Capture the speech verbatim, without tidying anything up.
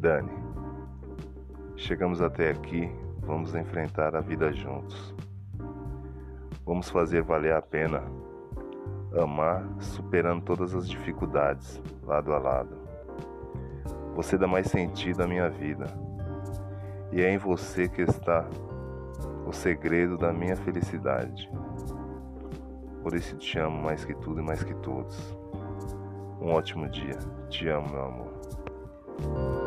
Dani, chegamos até aqui, vamos enfrentar a vida juntos. Vamos fazer valer a pena amar superando todas as dificuldades, lado a lado. Você dá mais sentido à minha vida e é em você que está o segredo da minha felicidade. Por isso te amo mais que tudo e mais que todos. Um ótimo dia. Te amo, meu amor.